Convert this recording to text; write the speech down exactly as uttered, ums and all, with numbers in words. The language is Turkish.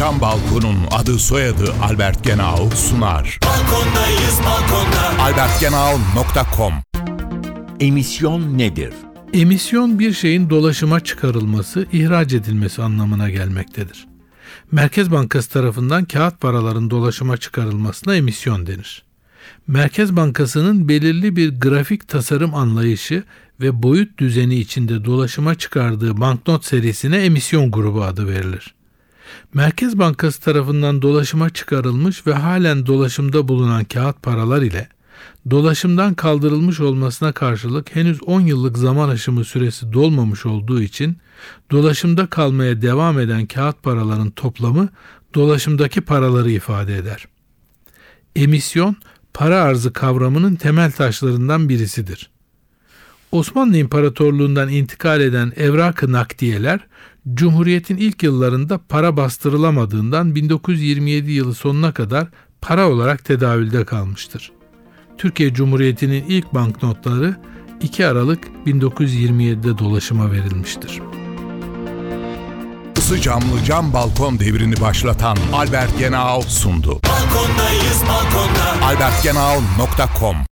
Cam Balkon'un adı soyadı Albert Genau sunar. Balkondayız balkonda. albert genau nokta com. Emisyon nedir? Emisyon bir şeyin dolaşıma çıkarılması, ihraç edilmesi anlamına gelmektedir. Merkez Bankası tarafından kağıt paraların dolaşıma çıkarılmasına emisyon denir. Merkez Bankası'nın belirli bir grafik tasarım anlayışı ve boyut düzeni içinde dolaşıma çıkardığı banknot serisine emisyon grubu adı verilir. Merkez Bankası tarafından dolaşıma çıkarılmış ve halen dolaşımda bulunan kağıt paralar ile dolaşımdan kaldırılmış olmasına karşılık henüz on yıllık zaman aşımı süresi dolmamış olduğu için dolaşımda kalmaya devam eden kağıt paraların toplamı dolaşımdaki paraları ifade eder. Emisyon, para arzı kavramının temel taşlarından birisidir. Osmanlı İmparatorluğundan intikal eden evrak-ı nakdiyeler, Cumhuriyet'in ilk yıllarında para bastırılamadığından bin dokuz yüz yirmi yedi yılı sonuna kadar para olarak tedavülde kalmıştır. Türkiye Cumhuriyeti'nin ilk banknotları iki Aralık bin dokuz yüz yirmi yedide dolaşıma verilmiştir. Isı camlı cam balkon devrini başlatan Albert Genau sundu. Balkondayız balkonda. albert genau nokta com